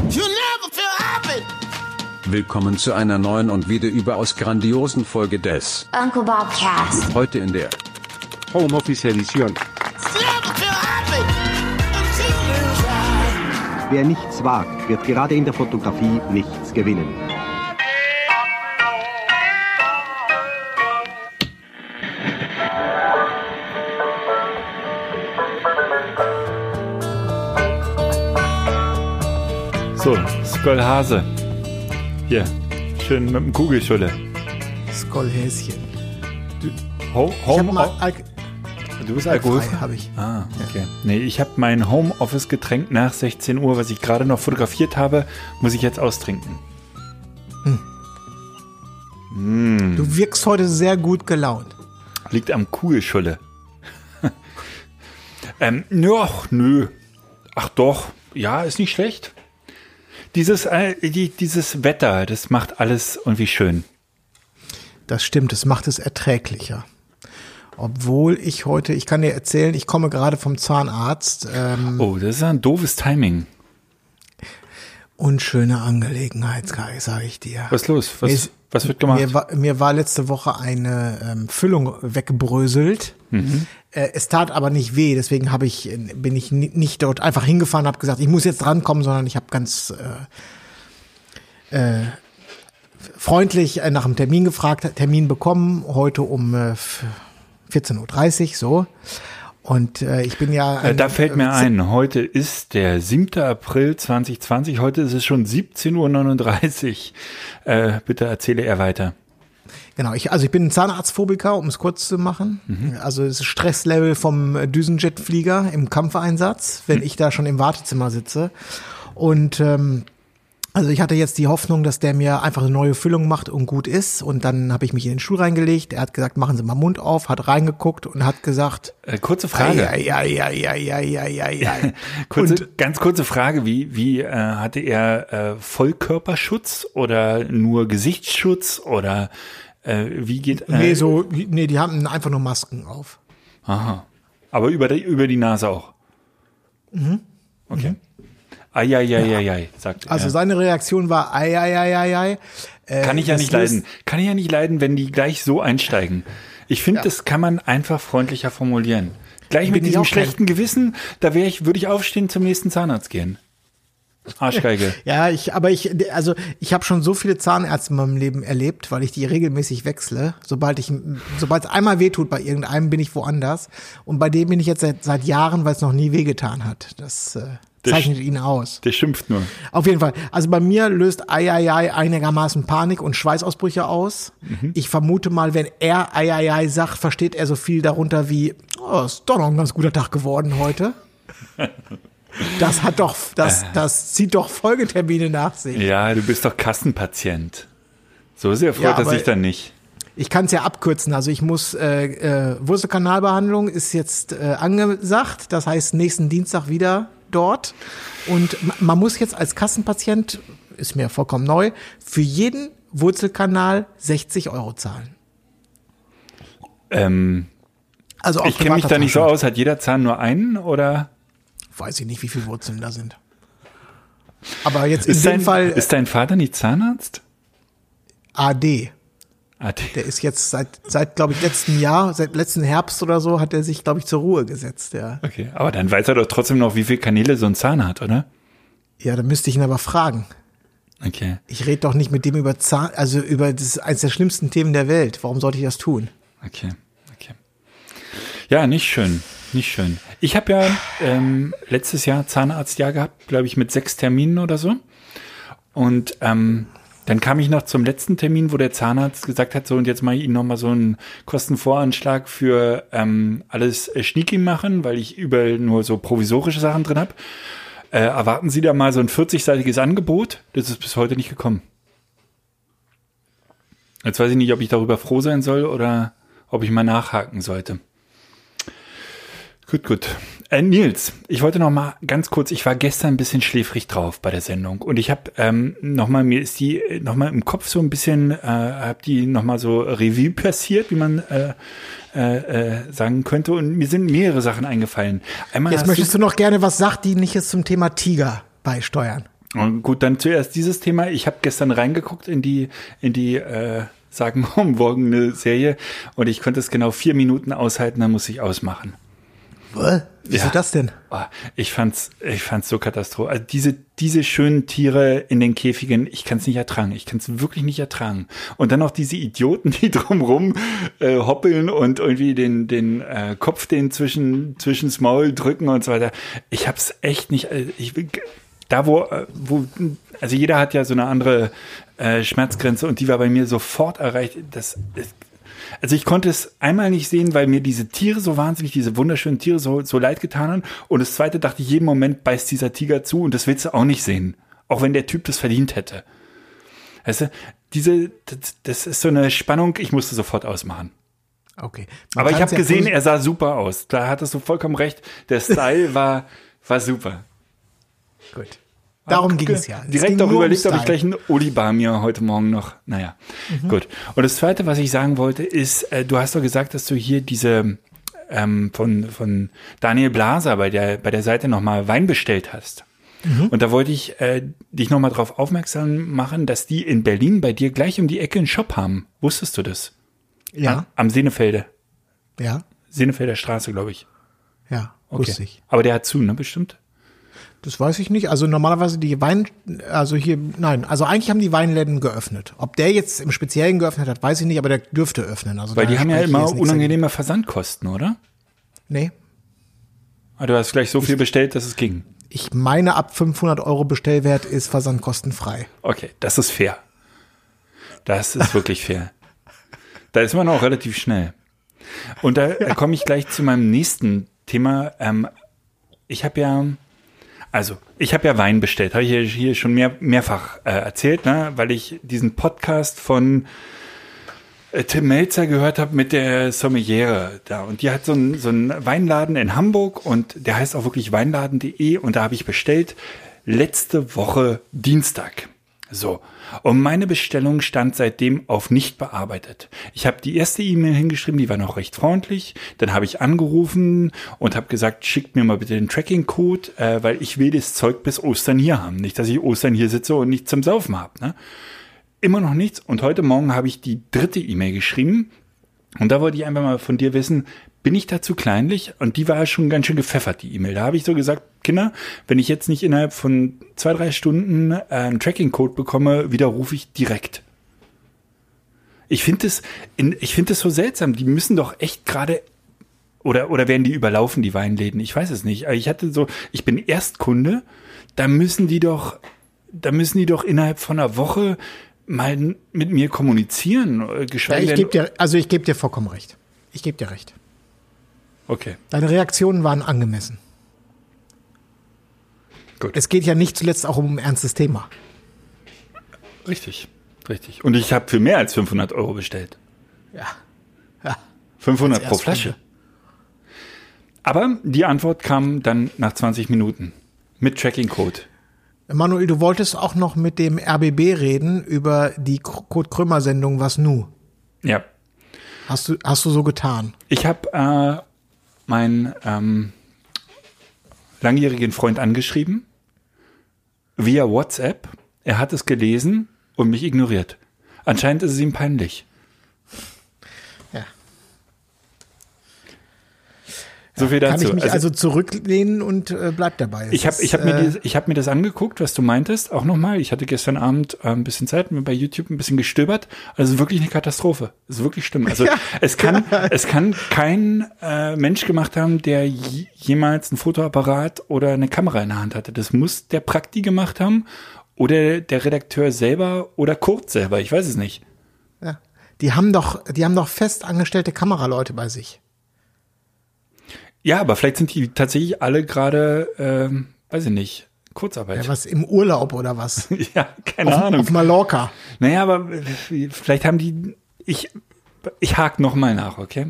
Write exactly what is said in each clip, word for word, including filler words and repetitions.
You never feel happy. Willkommen zu einer neuen und wieder überaus grandiosen Folge des Uncle Bob Cast. Heute in der Homeoffice Edition. Never feel happy. Wer nichts wagt, wird gerade in der Fotografie nichts gewinnen. So, Skollhase. Hier, schön mit dem Kugelschulle. Skollhäschen. Ho- Ich hab Home mal o- Al- du bist alkoholfrei? habe ich. Ah, okay. Nee, ich habe mein Homeoffice-Getränk nach sechzehn Uhr, was ich gerade noch fotografiert habe, muss ich jetzt austrinken. Du wirkst heute sehr gut gelaunt. Liegt am Kugelschulle. ähm, ja, ach, nö. Ach doch, ja, ist nicht schlecht. Dieses, äh, die, dieses Wetter, das macht alles irgendwie schön. Das stimmt, es macht es erträglicher. Obwohl ich heute, ich kann dir erzählen, ich komme gerade vom Zahnarzt. Ähm, Oh, das ist ein doofes Timing. Unschöne Angelegenheit, sage ich dir. Was ist los? Was, Mir ist- was wird gemacht? Mir war, mir war letzte Woche eine ähm, Füllung weggebröselt. Mhm. Äh, es tat aber nicht weh, deswegen habe ich, bin ich ni- nicht dort einfach hingefahren, habe gesagt, ich muss jetzt drankommen, sondern ich habe ganz äh, äh, freundlich äh, nach einem Termin gefragt, Termin bekommen, heute um äh, vierzehn Uhr dreißig, so. Und äh, ich bin ja... Äh, da ein, fällt mir äh, ein, heute ist der siebter April zweitausendzwanzig, heute ist es schon siebzehn Uhr neununddreißig. Äh, bitte erzähle er weiter. Genau, ich, also ich bin ein Zahnarztphobiker, um es kurz zu machen. Mhm. Also das Stresslevel vom äh, Düsenjetflieger im Kampfeinsatz, wenn Mhm. ich da schon im Wartezimmer sitze. Und ähm, also ich hatte jetzt die Hoffnung, dass der mir einfach eine neue Füllung macht und gut ist. Und dann habe ich mich in den Stuhl reingelegt. Er hat gesagt, machen Sie mal Mund auf, hat reingeguckt und hat gesagt, Äh, kurze Frage. ja, ja, ja, ja, ja, ja, ja. Kurze, Und ganz kurze Frage, wie, wie äh, hatte er äh, Vollkörperschutz oder nur Gesichtsschutz oder äh, wie geht äh, nee, so, nee, die haben einfach nur Masken auf. Aha. Aber über die, über die Nase auch. Mhm. Okay. Eieieiei, sagt er. Also seine Reaktion war, ei, ei, ei, ei, ei. Äh, Kann ich ja das nicht löst- leiden. Kann ich ja nicht leiden, wenn die gleich so einsteigen. Ich finde, Ja. das kann man einfach freundlicher formulieren. Gleich mit Bin ich diesem auch kein- schlechten Gewissen, da wäre ich, würde ich aufstehen zum nächsten Zahnarzt gehen. Arschgeige. Ja, ich, aber ich, also ich habe schon so viele Zahnärzte in meinem Leben erlebt, weil ich die regelmäßig wechsle. Sobald ich, sobald es einmal wehtut bei irgendeinem, bin ich woanders. Und bei dem bin ich jetzt seit, seit Jahren, weil es noch nie wehgetan hat. Das äh, Das zeichnet sch- ihn aus. Der schimpft nur. Auf jeden Fall. Also bei mir löst Ei, Ei, Ei einigermaßen Panik und Schweißausbrüche aus. Mhm. Ich vermute mal, wenn er Ei, Ei, Ei sagt, versteht er so viel darunter wie, oh, ist doch noch ein ganz guter Tag geworden heute. Das hat doch, das, das zieht doch Folgetermine nach sich. Ja, du bist doch Kassenpatient. So sehr freut Ja, er aber- sich dann nicht. Ich kann es ja abkürzen. Also ich muss, äh, äh, Wurzelkanalbehandlung ist jetzt äh, angesagt. Das heißt, nächsten Dienstag wieder dort. Und ma- man muss jetzt als Kassenpatient, ist mir vollkommen neu, für jeden Wurzelkanal sechzig Euro zahlen. Ähm, Also ich kenne mich da nicht so aus. Hat jeder Zahn nur einen oder? Weiß ich nicht, wie viele Wurzeln da sind. Aber jetzt in Ist dem dein, Fall ist dein Vater nicht Zahnarzt? A D. Ah, die- Der ist jetzt seit, seit glaube ich, letztem Jahr, seit letzten Herbst oder so, hat er sich, glaube ich, zur Ruhe gesetzt. Ja, Okay, aber dann weiß er doch trotzdem noch, wie viele Kanäle so ein Zahn hat, oder? ja, da müsste ich ihn aber fragen. Okay. Ich rede doch nicht mit dem über Zahn, also über das ist eines der schlimmsten Themen der Welt. Warum sollte ich das tun? Okay, okay. Ja, nicht schön, nicht schön. Ich habe ja ähm, letztes Jahr Zahnarztjahr gehabt, glaube ich, mit sechs Terminen oder so. Und ähm, dann kam ich noch zum letzten Termin, wo der Zahnarzt gesagt hat, so und jetzt mache ich Ihnen nochmal so einen Kostenvoranschlag für ähm, alles äh, Schnieki machen, weil ich überall nur so provisorische Sachen drin habe. Äh, erwarten Sie da mal so ein vierzigseitiges Angebot? Das ist bis heute nicht gekommen. Jetzt weiß ich nicht, ob ich darüber froh sein soll oder ob ich mal nachhaken sollte. Gut, gut. Äh, Nils, ich wollte noch mal ganz kurz, ich war gestern ein bisschen schläfrig drauf bei der Sendung und ich habe ähm, noch mal, mir ist die noch mal im Kopf so ein bisschen, äh, habe die noch mal so Revue passiert, wie man äh, äh, äh, sagen könnte und mir sind mehrere Sachen eingefallen. Einmal Jetzt hast möchtest du noch gerne was Sachdienliches zum Thema Tiger beisteuern. Und gut, dann zuerst dieses Thema. Ich habe gestern reingeguckt in die, in die äh, sagenumwogene Serie und ich konnte es genau vier Minuten aushalten, dann muss ich ausmachen. Was? Wieso Ja. das denn? Oh, ich fand's, ich fand's so katastrophal. Also diese, diese schönen Tiere in den Käfigen, ich kann's nicht ertragen. Ich kann's wirklich nicht ertragen. Und dann noch diese Idioten, die drumrum äh, hoppeln und irgendwie den, den äh, Kopf den zwischen, zwischen's Maul drücken und so weiter. Ich hab's echt nicht, äh, ich will, da wo, äh, wo, also jeder hat ja so eine andere äh, Schmerzgrenze und die war bei mir sofort erreicht. Das ist, Also ich konnte es einmal nicht sehen, weil mir diese Tiere so wahnsinnig, diese wunderschönen Tiere so, so leid getan haben. Und das zweite dachte ich, jeden Moment beißt dieser Tiger zu und das willst du auch nicht sehen. Auch wenn der Typ das verdient hätte. Weißt du, diese, das, das ist so eine Spannung, ich musste sofort ausmachen. Okay. Man Aber ich kann's habe ja gesehen, posi- er sah super aus. Da hattest du vollkommen recht. Der Style war, war super. Gut. Darum ging es ja. Es ging Direkt auch nur um überlegt, ob ich Style. gleich einen Olibar mir heute Morgen noch, naja, Mhm. gut. Und das Zweite, was ich sagen wollte, ist, äh, du hast doch gesagt, dass du hier diese ähm, von, von Daniel Blaser bei der, bei der Seite nochmal Wein bestellt hast. Mhm. Und da wollte ich äh, dich nochmal drauf aufmerksam machen, dass die in Berlin bei dir gleich um die Ecke einen Shop haben. Wusstest du das? Ja, Am, am Senefelde. ja, Senefelder Straße, glaube ich. ja, Okay. wusste ich. Aber der hat zu, ne, bestimmt? Das weiß ich nicht. Also normalerweise die Wein, also hier, nein, also eigentlich haben die Weinläden geöffnet. Ob der jetzt im Speziellen geöffnet hat, weiß ich nicht, aber der dürfte öffnen. Also Weil da die haben ja spreche ich immer jetzt nichts unangenehme Versandkosten, oder? dagegen. Nee. Aber du hast gleich so viel bestellt, dass es ging. Ich meine, ab fünfhundert Euro Bestellwert ist versandkostenfrei. Okay, das ist fair. Das ist wirklich fair. Da ist man auch relativ schnell. Und da ja. komme ich gleich zu meinem nächsten Thema. Ähm, ich habe ja, also ich habe ja Wein bestellt, habe ich hier, hier schon mehr, mehrfach äh, erzählt, ne? Weil ich diesen Podcast von äh, Tim Melzer gehört habe mit der Sommeliere da. Und die hat so einen so einen Weinladen in Hamburg und der heißt auch wirklich weinladen punkt de und da habe ich bestellt letzte Woche Dienstag. So, und meine Bestellung stand seitdem auf nicht bearbeitet. Ich habe die erste E-Mail hingeschrieben, die war noch recht freundlich. Dann habe ich angerufen und habe gesagt, schickt mir mal bitte den Tracking-Code, äh, weil ich will das Zeug bis Ostern hier haben. Nicht, dass ich Ostern hier sitze und nichts zum Saufen habe. Ne? Immer noch nichts. Und heute Morgen habe ich die dritte E-Mail geschrieben. Und da wollte ich einfach mal von dir wissen, bin ich da zu kleinlich? Und die war schon ganz schön gepfeffert, die E-Mail. Da habe ich so gesagt, Kinder, wenn ich jetzt nicht innerhalb von zwei, drei Stunden äh, einen Tracking-Code bekomme, widerrufe ich direkt. Ich finde es, ich finde es so seltsam. Die müssen doch echt gerade, oder, oder werden die überlaufen, die Weinläden? Ich weiß es nicht. Ich hatte so, ich bin Erstkunde, da müssen die doch, da müssen die doch innerhalb von einer Woche mal mit mir kommunizieren. Ja, Geschweige ich denn, gebe dir, also ich gebe dir vollkommen recht. Ich gebe dir recht. okay, Deine Reaktionen waren angemessen. gut. Es geht ja nicht zuletzt auch um ein ernstes Thema. Richtig, richtig. Und ich habe für mehr als fünfhundert Euro bestellt. Ja. Ja. fünfhundert Als pro Erstkunde. Flasche. Aber die Antwort kam dann nach zwanzig Minuten mit Tracking-Code. Manuel, du wolltest auch noch mit dem R B B reden über die Kurt Krömer-Sendung Was Nu? Ja, Hast du, hast du so getan? ich habe äh, meinen ähm, langjährigen Freund angeschrieben via WhatsApp. Er hat es gelesen und mich ignoriert. Anscheinend ist es ihm peinlich. Ja. So viel dazu. Kann ich mich Also- also, zurücklehnen und äh, bleib dabei. Es Ich habe ist, ich hab mir, äh, die- ich hab mir das angeguckt, was du meintest, auch nochmal. Ich hatte gestern Abend äh, ein bisschen Zeit, mir bei YouTube ein bisschen gestöbert. Also es ist wirklich eine Katastrophe. Es ist wirklich schlimm. Also Ja. es kann es kann kein äh, Mensch gemacht haben, der j- jemals ein Fotoapparat oder eine Kamera in der Hand hatte. Das muss der Prakti gemacht haben oder der Redakteur selber oder Kurt selber. Ich weiß es nicht. Ja. Die haben doch, die haben doch fest angestellte Kameraleute bei sich. Ja, aber vielleicht sind die tatsächlich alle gerade, ähm, weiß ich nicht, Kurzarbeit. Ja, was im Urlaub oder was? Ja, keine auf, Ahnung. auf Mallorca. Naja, aber vielleicht haben die, ich, ich hake noch mal nach, okay?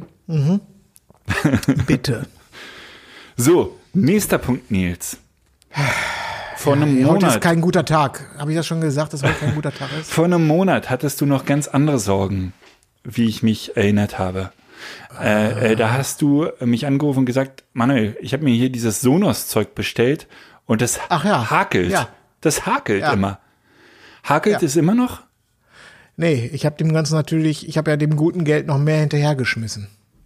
Bitte. So, nächster Punkt, Nils. Vor einem Hey, heute ist Monat, kein guter Tag. Habe ich das schon gesagt, dass heute kein guter Tag ist? vor einem Monat hattest du noch ganz andere Sorgen, wie ich mich erinnert habe. Äh, äh, da hast du mich angerufen und gesagt, Manuel, ich habe mir hier dieses Sonos-Zeug bestellt und das Ach ja. hakelt. Ja. Das hakelt Ja. immer. Hakelt Ja. es immer noch? Nee, ich habe dem Ganzen natürlich, ich habe ja dem guten Geld noch mehr hinterhergeschmissen.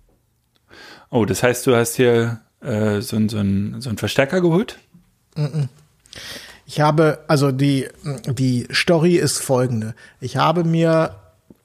Oh, das heißt, du hast hier äh, so, ein- so, ein, so einen Verstärker geholt? Ich habe, also die, die Story ist folgende. Ich habe mir,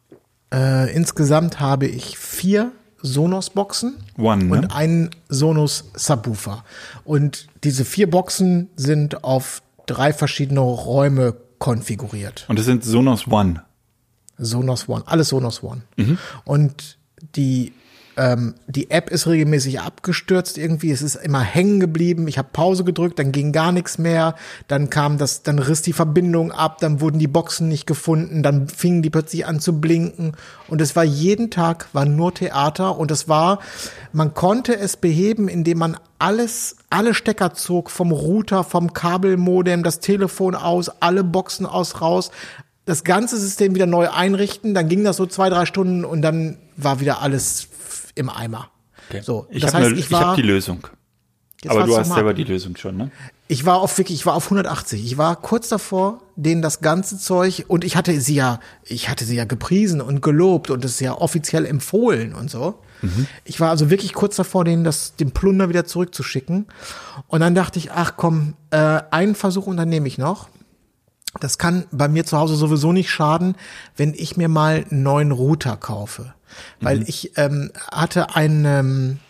äh, insgesamt habe ich vier Sonos-Boxen One, ne? und einen Sonos-Subwoofer. Und diese vier Boxen sind auf drei verschiedene Räume konfiguriert. Und das sind Sonos One. Sonos One, alles Sonos One. Und die, ähm, die App ist regelmäßig abgestürzt irgendwie, es ist immer hängen geblieben, ich habe Pause gedrückt, dann ging gar nichts mehr, dann kam das, dann riss die Verbindung ab, dann wurden die Boxen nicht gefunden, dann fingen die plötzlich an zu blinken und es war jeden Tag, war nur Theater und es war, man konnte es beheben, indem man alles, alle Stecker zog, vom Router, vom Kabelmodem, das Telefon aus, alle Boxen aus, raus, das ganze System wieder neu einrichten, dann ging das so zwei, drei Stunden und dann war wieder alles im Eimer. Okay. So, ich das habe heißt, ne, ich ich hab war, die Lösung. jetzt Aber war's du zum hast Markt. selber die Lösung schon, ne? Ich war auf wirklich, ich war auf hundertachtzig. Ich war kurz davor, denen das ganze Zeug und ich hatte sie ja, ich hatte sie ja gepriesen und gelobt und es ist ja offiziell empfohlen und so. Mhm. Ich war also wirklich kurz davor, denen das, den Plunder wieder zurückzuschicken. Und dann dachte ich, ach komm, äh, einen Versuch unternehme ich noch. Das kann bei mir zu Hause sowieso nicht schaden, wenn ich mir mal einen neuen Router kaufe. Weil Mhm. ich ähm, hatte einen, ähm,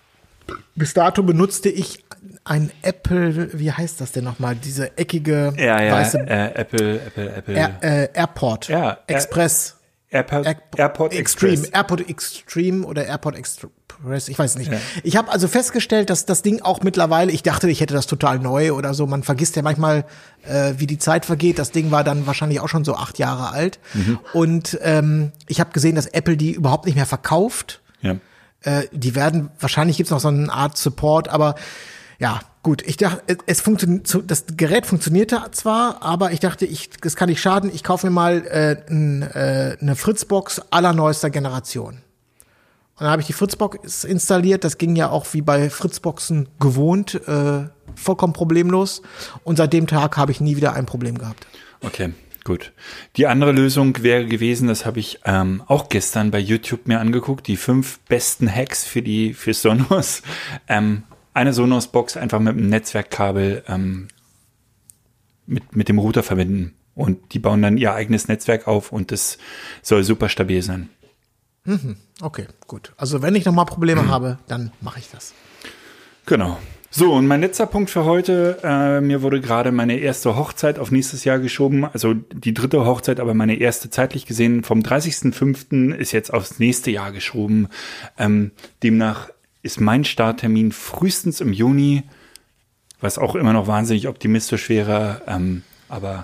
bis dato benutzte ich ein Apple, wie heißt das denn nochmal, diese eckige Ja, ja, weiße äh, Apple, Apple, Apple. Air, äh, AirPod Ja, Air- Express. AirPod, Air- AirPod Extreme, Express. AirPod Extreme oder AirPod Express, ich weiß nicht. Ja. Ich habe also festgestellt, dass das Ding auch mittlerweile, ich dachte, ich hätte das total neu oder so, man vergisst ja manchmal, äh, wie die Zeit vergeht. Das Ding war dann wahrscheinlich auch schon so acht Jahre alt. Mhm. Und ähm, ich habe gesehen, dass Apple die überhaupt nicht mehr verkauft. Ja. Äh, die werden, wahrscheinlich gibt's noch so eine Art Support, aber ja, gut, ich dachte, es- es funktioniert, das Gerät funktionierte zwar, aber ich dachte, ich, das kann nicht schaden, ich kaufe mir mal äh, n, äh, eine Fritzbox allerneuester Generation. Und dann habe ich die Fritzbox installiert, das ging ja auch wie bei Fritzboxen gewohnt, äh, vollkommen problemlos. Und seit dem Tag habe ich nie wieder ein Problem gehabt. Okay, gut. Die andere Lösung wäre gewesen, das habe ich ähm, auch gestern bei YouTube mir angeguckt, die fünf besten Hacks für die für Sonos. Ähm, eine Sonos-Box einfach mit einem Netzwerkkabel ähm, mit, mit dem Router verbinden. Und die bauen dann ihr eigenes Netzwerk auf und das soll super stabil sein. Okay, gut. Also wenn ich nochmal Probleme habe, dann mache ich das. Genau. So, und mein letzter Punkt für heute, äh, mir wurde gerade meine erste Hochzeit auf nächstes Jahr geschoben, also die dritte Hochzeit, aber meine erste zeitlich gesehen, vom dreißigsten fünften ist jetzt aufs nächste Jahr geschoben. Ähm, demnach ist mein Starttermin frühestens im Juni, was auch immer noch wahnsinnig optimistisch wäre, ähm, aber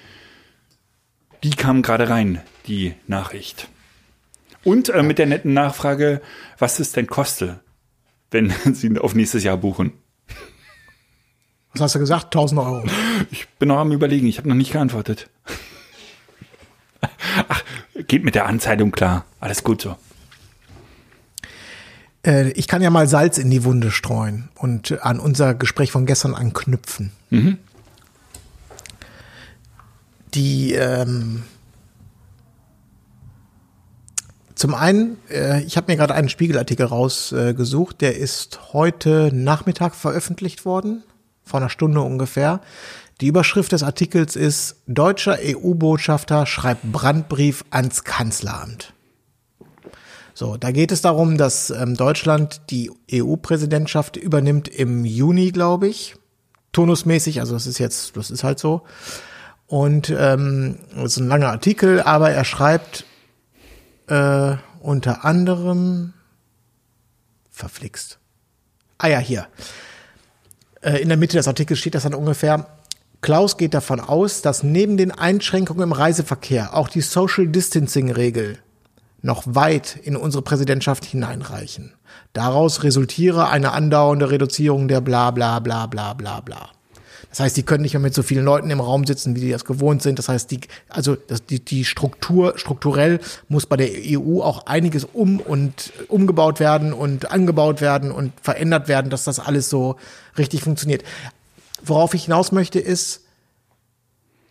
die kam gerade rein, die Nachricht. Und äh, mit der netten Nachfrage, was es denn koste, wenn Sie auf nächstes Jahr buchen. Was hast du gesagt? tausend Euro. Ich bin noch am Überlegen, ich habe noch nicht geantwortet. Ach, geht mit der Anzahlung klar. Alles gut so. Äh, ich kann ja mal Salz in die Wunde streuen und äh, an unser Gespräch von gestern anknüpfen. Mhm. Die, ähm, zum einen, äh, ich habe mir gerade einen Spiegelartikel rausgesucht, äh, der ist heute Nachmittag veröffentlicht worden, vor einer Stunde ungefähr. Die Überschrift des Artikels ist: Deutscher E U-Botschafter schreibt Brandbrief ans Kanzleramt. So, da geht es darum, dass ähm, Deutschland die E U-Präsidentschaft übernimmt im Juni, glaube ich. Turnusmäßig, also das ist jetzt, das ist halt so. Und ähm, das ist ein langer Artikel, aber er schreibt äh, unter anderem verflixt. Ah ja, hier. Äh, in der Mitte des Artikels steht das dann ungefähr: Klaus geht davon aus, dass neben den Einschränkungen im Reiseverkehr auch die Social Distancing-Regel noch weit in unsere Präsidentschaft hineinreichen. Daraus resultiere eine andauernde Reduzierung der bla bla bla bla bla bla. Das heißt, die können nicht mehr mit so vielen Leuten im Raum sitzen, wie die das gewohnt sind. Das heißt, die, also das, die, die Struktur, strukturell muss bei der E U auch einiges um und umgebaut werden und angebaut werden und verändert werden, dass das alles so richtig funktioniert. Worauf ich hinaus möchte, ist,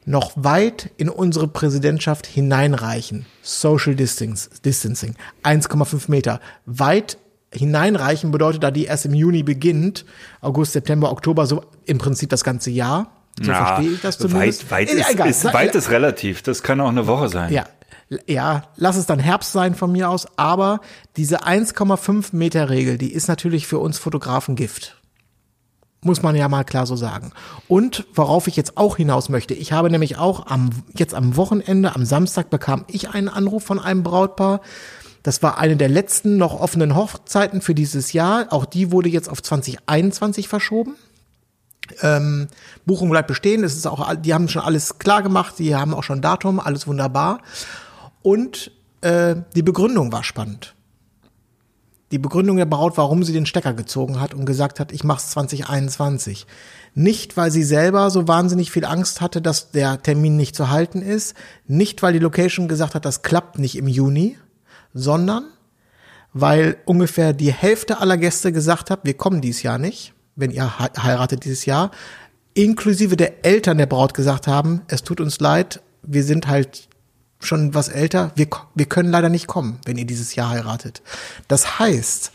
noch weit in unsere Präsidentschaft hineinreichen. Social Distancing, eins Komma fünf Meter. Weit hineinreichen bedeutet, da die erst im Juni beginnt, August, September, Oktober, so im Prinzip das ganze Jahr. So ja, verstehe ich das zumindest. Weit, weit, ist, egal. ist, weit ist relativ, das kann auch eine Woche sein. Ja, ja, lass es dann Herbst sein von mir aus, aber diese eins Komma fünf Meter Regel, die ist natürlich für uns Fotografen Gift. Muss man ja mal klar so sagen. Und worauf ich jetzt auch hinaus möchte, ich habe nämlich auch am jetzt am Wochenende, am Samstag bekam ich einen Anruf von einem Brautpaar. Das war eine der letzten noch offenen Hochzeiten für dieses Jahr. Auch die wurde jetzt auf zwanzig einundzwanzig verschoben. Ähm, Buchung bleibt bestehen. Es ist auch, die haben schon alles klar gemacht. Die haben auch schon Datum, alles wunderbar. Und äh, die Begründung war spannend. Die Begründung der Braut, warum sie den Stecker gezogen hat und gesagt hat, ich mach's zwanzig einundzwanzig. Nicht, weil sie selber so wahnsinnig viel Angst hatte, dass der Termin nicht zu halten ist. Nicht, weil die Location gesagt hat, das klappt nicht im Juni, sondern weil ungefähr die Hälfte aller Gäste gesagt hat, wir kommen dieses Jahr nicht, wenn ihr heiratet dieses Jahr, inklusive der Eltern der Braut gesagt haben, es tut uns leid, wir sind halt schon was älter, wir, wir können leider nicht kommen, wenn ihr dieses Jahr heiratet. Das heißt,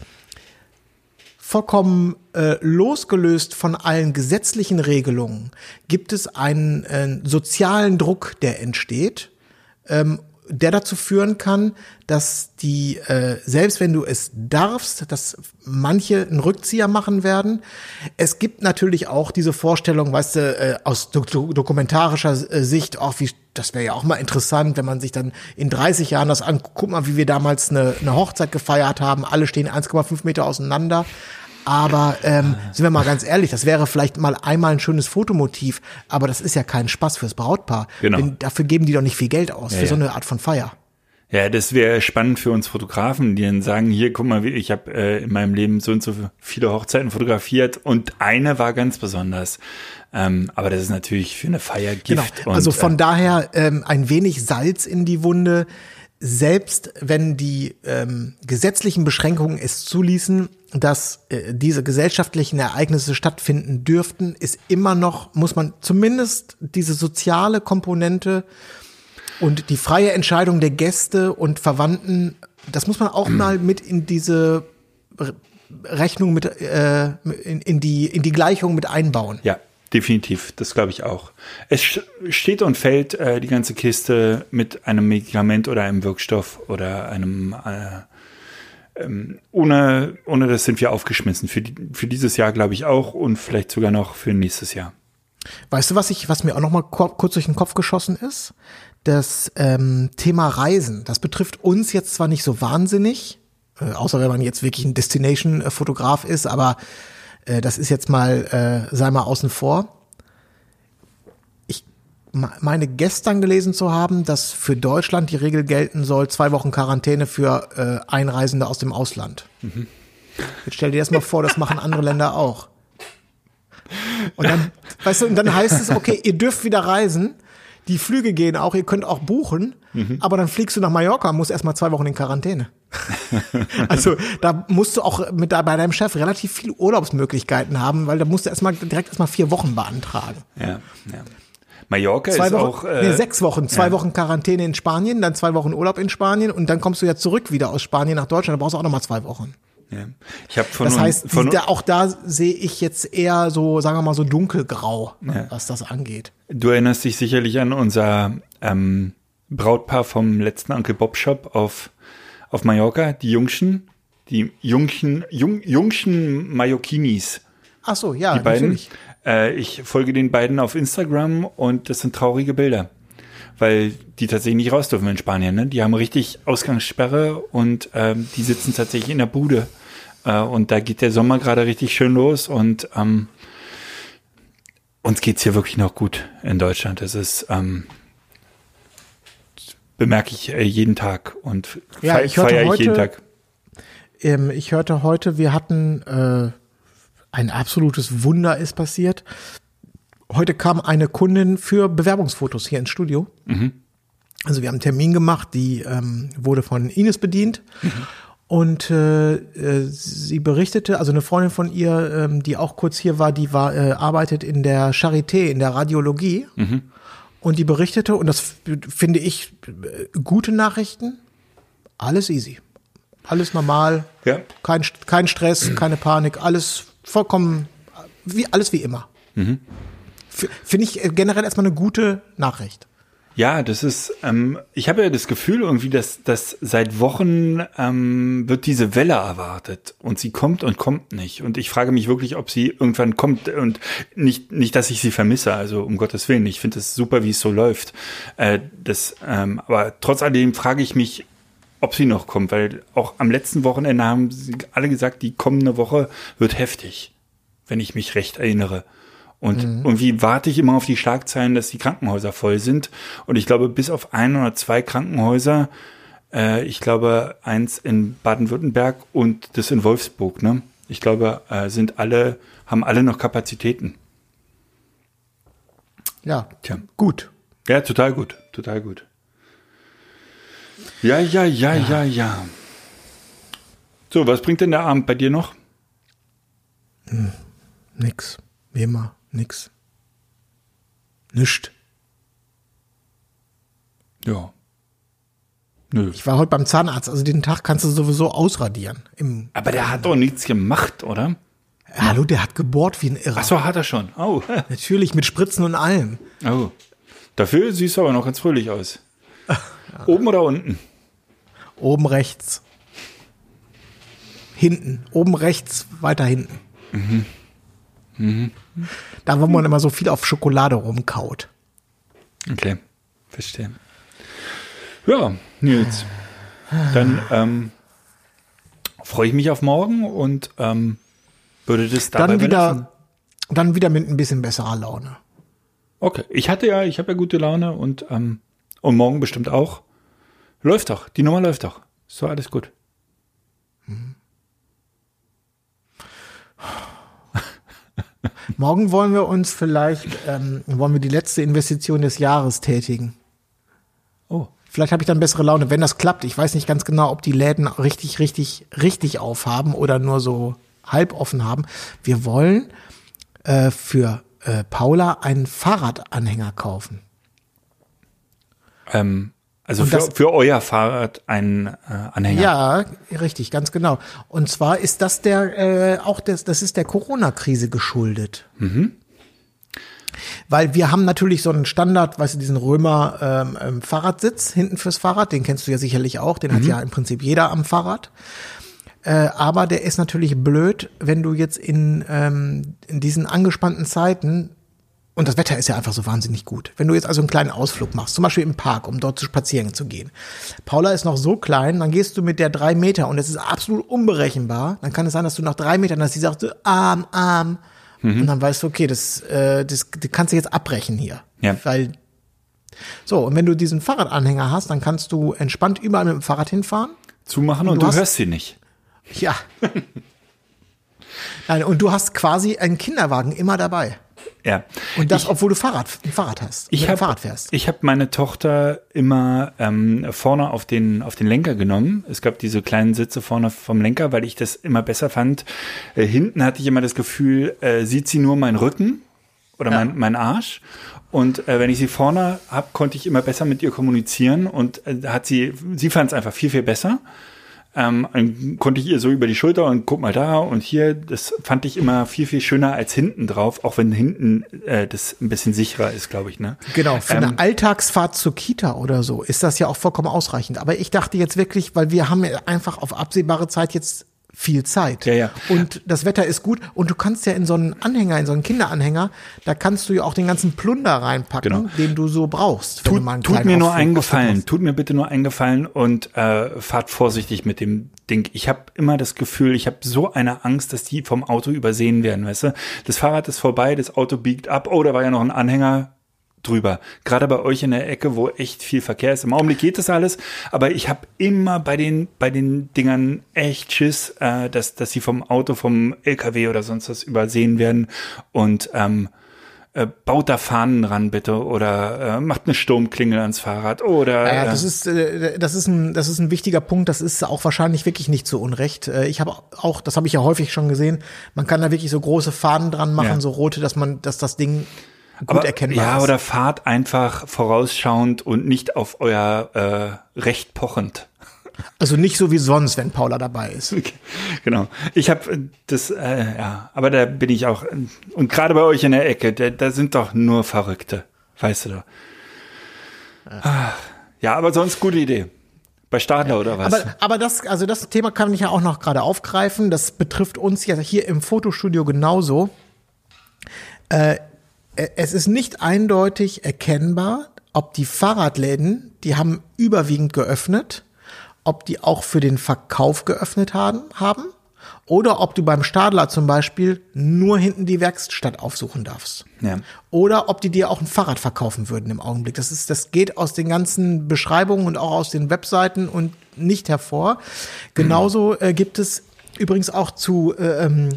vollkommen äh, losgelöst von allen gesetzlichen Regelungen gibt es einen äh, sozialen Druck, der entsteht, ähm, der dazu führen kann, dass die, äh, selbst wenn du es darfst, dass manche einen Rückzieher machen werden. Es gibt natürlich auch diese Vorstellung, weißt du, äh, aus do- dokumentarischer äh, Sicht, auch wie, das wäre ja auch mal interessant, wenn man sich dann in dreißig Jahren das anguckt, guck mal, wie wir damals eine, eine Hochzeit gefeiert haben, alle stehen eins Komma fünf Meter auseinander. Aber ähm, sind wir mal ganz ehrlich, das wäre vielleicht mal einmal ein schönes Fotomotiv, aber das ist ja kein Spaß fürs Brautpaar. Genau. Denn dafür geben die doch nicht viel Geld aus, ja, für ja. so eine Art von Feier. Ja, das wäre spannend für uns Fotografen, die dann sagen, hier, guck mal, ich habe äh, in meinem Leben so und so viele Hochzeiten fotografiert und eine war ganz besonders. Ähm, aber das ist natürlich für eine Feier Gift. Genau. Also und, von äh, daher ähm, ein wenig Salz in die Wunde. Selbst wenn die ähm, gesetzlichen Beschränkungen es zuließen, dass äh, diese gesellschaftlichen Ereignisse stattfinden dürften, ist immer noch, muss man zumindest diese soziale Komponente und die freie Entscheidung der Gäste und Verwandten, das muss man auch mal mit in diese Rechnung, mit äh, in, in die in die Gleichung mit einbauen. Ja. Definitiv, das glaube ich auch. Es steht und fällt äh, die ganze Kiste mit einem Medikament oder einem Wirkstoff oder einem, äh, ähm, ohne, ohne das sind wir aufgeschmissen. Für, die, für dieses Jahr glaube ich auch und vielleicht sogar noch für nächstes Jahr. Weißt du, was ich, was mir auch noch mal ko- kurz durch den Kopf geschossen ist? Das ähm, Thema Reisen. Das betrifft uns jetzt zwar nicht so wahnsinnig, äh, außer wenn man jetzt wirklich ein Destination-Fotograf ist, aber das ist jetzt mal, äh, sei mal außen vor. Ich meine gestern gelesen zu haben, dass für Deutschland die Regel gelten soll, zwei Wochen Quarantäne für äh, Einreisende aus dem Ausland. Mhm. Jetzt stell dir das mal vor, das machen andere Länder auch. Und dann, weißt du, und dann heißt es, okay, ihr dürft wieder reisen, die Flüge gehen auch, ihr könnt auch buchen, mhm. aber dann fliegst du nach Mallorca und musst erstmal zwei Wochen in Quarantäne. Also da musst du auch mit bei deinem Chef relativ viele Urlaubsmöglichkeiten haben, weil da musst du erstmal direkt erstmal vier Wochen beantragen. Ja, ja. Mallorca zwei ist Wochen, auch äh, nee, sechs Wochen, zwei ja. Wochen Quarantäne in Spanien, dann zwei Wochen Urlaub in Spanien und dann kommst du ja zurück wieder aus Spanien nach Deutschland, da brauchst du auch nochmal zwei Wochen. Ja. Ich habe von das heißt, von, die, da, auch da sehe ich jetzt eher so, sagen wir mal so dunkelgrau, ja. was das angeht. Du erinnerst dich sicherlich an unser ähm, Brautpaar vom letzten Uncle Bob Shop auf auf Mallorca, die Jungschen, die Jungchen, Jung, Jungschen Mallorquinis. Ach so, ja, die beiden. natürlich. Äh, ich folge den beiden auf Instagram und das sind traurige Bilder, weil die tatsächlich nicht raus dürfen in Spanien. Ne? Die haben richtig Ausgangssperre und ähm, die sitzen tatsächlich in der Bude. Äh, und da geht der Sommer gerade richtig schön los und ähm, uns geht's hier wirklich noch gut in Deutschland. Das ist ähm, bemerke ich äh, jeden Tag und ja, fe- ich hörte feiere ich heute, jeden Tag. Ähm, ich hörte heute, wir hatten äh, ein absolutes Wunder ist passiert. Heute kam eine Kundin für Bewerbungsfotos hier ins Studio. Mhm. Also wir haben einen Termin gemacht, die ähm, wurde von Ines bedient. Mhm. Und äh, äh, sie berichtete, also eine Freundin von ihr, ähm, die auch kurz hier war, die war äh, arbeitet in der Charité, in der Radiologie. Mhm. Und die berichtete, und das finde ich gute Nachrichten, alles easy. Alles normal, Ja. kein, kein Stress, keine Panik, alles vollkommen, wie, alles wie immer. Mhm. F- Finde ich generell erstmal eine gute Nachricht. Ja, das ist, ähm, ich habe ja das Gefühl irgendwie, dass, dass seit Wochen ähm, wird diese Welle erwartet und sie kommt und kommt nicht. Und ich frage mich wirklich, ob sie irgendwann kommt und nicht, nicht, dass ich sie vermisse, also um Gottes Willen. Ich finde es super, wie es so läuft. Äh, das, ähm, aber trotz alledem frage ich mich, ob sie noch kommt, weil auch am letzten Wochenende haben sie alle gesagt, die kommende Woche wird heftig, wenn ich mich recht erinnere. Und mhm. irgendwie warte ich immer auf die Schlagzeilen, dass die Krankenhäuser voll sind. Und ich glaube, bis auf ein oder zwei Krankenhäuser, äh, ich glaube, eins in Baden-Württemberg und das in Wolfsburg, ne? Ich glaube, äh, sind alle, haben alle noch Kapazitäten. Ja, Tja. gut. Ja, total gut, total gut. Ja, ja, ja, ja, ja. So, was bringt denn der Abend bei dir noch? Hm, nix. Wie immer, nix. Nischt. Ja. Nö. Ich war heute beim Zahnarzt, also den Tag kannst du sowieso ausradieren. Im Aber der hat doch nichts gemacht, oder? Hallo, der hat gebohrt wie ein Irrer. Ach so, hat er schon. Oh. Natürlich, mit Spritzen und allem. Oh. Dafür siehst du aber noch ganz fröhlich aus. Oben oder unten? Oben rechts. Hinten. Oben rechts, weiter hinten. Mhm. Mhm. Da, wo man immer so viel auf Schokolade rumkaut. Okay, verstehe. Ja, Nils. Dann ähm, freue ich mich auf morgen und ähm, würde das dabei Dann wieder, belassen. dann wieder mit ein bisschen besserer Laune. Okay, ich hatte ja, ich habe ja gute Laune und ähm, und morgen bestimmt auch. Läuft doch, die Nummer läuft doch. Ist doch alles gut. Mhm. Morgen wollen wir uns vielleicht, ähm, wollen wir die letzte Investition des Jahres tätigen. Oh. Vielleicht habe ich dann bessere Laune, wenn das klappt. Ich weiß nicht ganz genau, ob die Läden richtig, richtig, richtig aufhaben oder nur so halb offen haben. Wir wollen äh, für äh, Paula einen Fahrradanhänger kaufen. Ähm, also Und für, das- für euer Fahrrad einen äh, Anhänger. Ja, richtig, ganz genau. Und zwar ist das der äh, auch das, das ist der Corona-Krise geschuldet. Mhm. Weil wir haben natürlich so einen Standard, weißt du, diesen Römer ähm, ähm, Fahrradsitz hinten fürs Fahrrad, den kennst du ja sicherlich auch, den hat ja im Prinzip jeder am Fahrrad. Äh, aber der ist natürlich blöd, wenn du jetzt in, ähm, in diesen angespannten Zeiten, und das Wetter ist ja einfach so wahnsinnig gut, wenn du jetzt also einen kleinen Ausflug machst, zum Beispiel im Park, um dort zu spazieren zu gehen. Paula ist noch so klein, dann gehst du mit der drei Meter und es ist absolut unberechenbar, dann kann es sein, dass du nach drei Metern, dass sie sagt, so, Arm, Arm, und dann weißt du, okay, das, äh, das, das kannst du jetzt abbrechen hier. Ja. Weil, so, und wenn du diesen Fahrradanhänger hast, dann kannst du entspannt überall mit dem Fahrrad hinfahren. Zumachen und du du, hast- hörst sie nicht. Ja. Nein, und du hast quasi einen Kinderwagen immer dabei. Ja. Und das, ich, obwohl du Fahrrad, ein Fahrrad hast. ich mit dem hab, Fahrrad fährst. Ich habe meine Tochter immer ähm, vorne auf den auf den Lenker genommen. Es gab diese kleinen Sitze vorne vom Lenker, weil ich das immer besser fand. Äh, hinten hatte ich immer das Gefühl, äh, sieht sie nur meinen Rücken oder Ja. mein, mein Arsch. Und äh, wenn ich sie vorne hab, konnte ich immer besser mit ihr kommunizieren. Und äh, hat sie, sie fand es einfach viel, viel besser. Ähm, dann konnte ich ihr so über die Schulter und guck mal da und hier, das fand ich immer viel, viel schöner als hinten drauf, auch wenn hinten äh, das ein bisschen sicherer ist, glaube ich, ne? Genau, für Ähm, eine Alltagsfahrt zur Kita oder so ist das ja auch vollkommen ausreichend. Aber ich dachte jetzt wirklich, weil wir haben ja einfach auf absehbare Zeit jetzt viel Zeit. Ja, ja. Und das Wetter ist gut und du kannst ja in so einen Anhänger, in so einen Kinderanhänger, da kannst du ja auch den ganzen Plunder reinpacken, Genau. den du so brauchst. Wenn du mal einen Tut, tut kleinen mir nur Ausflug- einen Ausflug Gefallen, machst. tut mir bitte nur einen Gefallen und äh, fahrt vorsichtig mit dem Ding. Ich habe immer das Gefühl, ich habe so eine Angst, dass die vom Auto übersehen werden, weißt du? Das Fahrrad ist vorbei, das Auto biegt ab, oh, da war ja noch ein Anhänger drüber. Gerade bei euch in der Ecke, wo echt viel Verkehr ist. Im Augenblick geht das alles, aber ich habe immer bei den bei den Dingern echt Schiss, äh, dass dass sie vom Auto, vom L K W oder sonst was übersehen werden und ähm, äh, baut da Fahnen ran bitte oder äh, macht eine Sturmklingel ans Fahrrad oder Ja, äh, das ist, äh, das ist ein, das ist ein wichtiger Punkt. Das ist auch wahrscheinlich wirklich nicht zu Unrecht. Äh, Ich habe auch, das habe ich ja häufig schon gesehen. Man kann da wirklich so große Fahnen dran machen, Ja. so rote, dass man, dass das Ding gut Aber, erkennbar ja, ist. oder fahrt einfach vorausschauend und nicht auf euer äh, Recht pochend. Also nicht so wie sonst, wenn Paula dabei ist. Genau. Ich habe das, äh, ja, aber da bin ich auch, und gerade bei euch in der Ecke, da, da sind doch nur Verrückte, weißt du doch. Ach, ja, aber sonst gute Idee. Bei Stadler ja. oder was? Aber, aber das, also das Thema kann ich ja auch noch gerade aufgreifen. Das betrifft uns ja hier im Fotostudio genauso. Äh, es ist nicht eindeutig erkennbar, ob die Fahrradläden, die haben überwiegend geöffnet, ob die auch für den Verkauf geöffnet haben, haben oder ob du beim Stadler zum Beispiel nur hinten die Werkstatt aufsuchen darfst. Ja. Oder ob die dir auch ein Fahrrad verkaufen würden im Augenblick. Das ist, das geht aus den ganzen Beschreibungen und auch aus den Webseiten und nicht hervor. Genauso äh, gibt es übrigens auch zu, äh, ähm,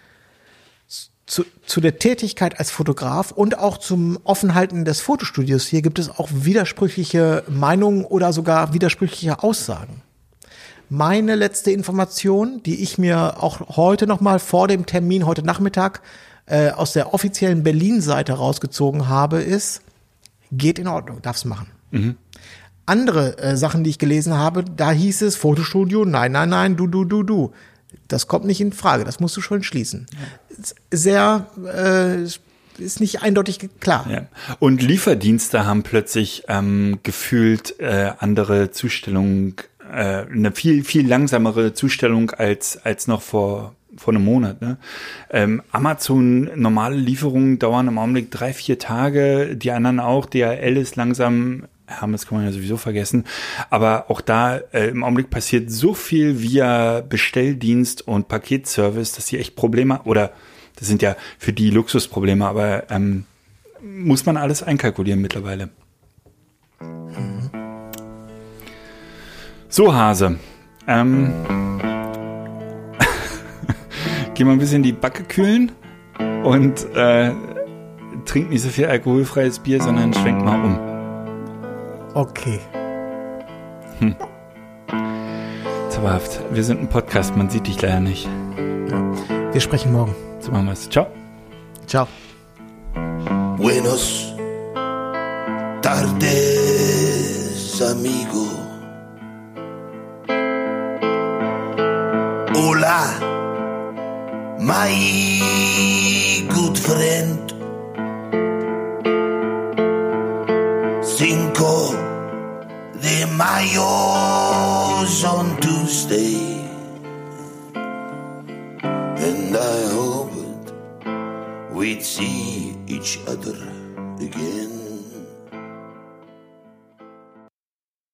zu, zu der Tätigkeit als Fotograf und auch zum Offenhalten des Fotostudios hier gibt es auch widersprüchliche Meinungen oder sogar widersprüchliche Aussagen. Meine letzte Information, die ich mir auch heute noch mal vor dem Termin, heute Nachmittag, äh, aus der offiziellen Berlin-Seite rausgezogen habe, ist, geht in Ordnung, darf's machen. Mhm. Andere äh, Sachen, die ich gelesen habe, da hieß es, Fotostudio, nein, nein, nein, du, du, du, du. Das kommt nicht in Frage, das musst du schon schließen. Sehr, äh, ist nicht eindeutig klar. Ja. Und Lieferdienste haben plötzlich ähm, gefühlt äh, andere Zustellungen, äh, eine viel, viel langsamere Zustellung als, als noch vor, vor einem Monat. Ne? Ähm, Amazon, normale Lieferungen dauern im Augenblick drei, vier Tage, die anderen auch. D H L ist langsam, Hermes kann man ja sowieso vergessen. Aber auch da äh, im Augenblick passiert so viel via Bestelldienst und Paketservice, dass sie echt Probleme, oder das sind ja für die Luxusprobleme, aber ähm, muss man alles einkalkulieren mittlerweile. Mhm. So, Hase. Ähm, geh mal ein bisschen die Backe kühlen und äh, trink nicht so viel alkoholfreies Bier, sondern schwenk mal um. Okay. Hm. Zauberhaft. Wir sind ein Podcast, man sieht dich leider nicht. Ja. Wir sprechen morgen. So machen wir es. Ciao. Ciao. Buenos tardes, amigo. Hola, my good friend. Cinco de Mayo's on Tuesday, and I hoped we'd see each other again.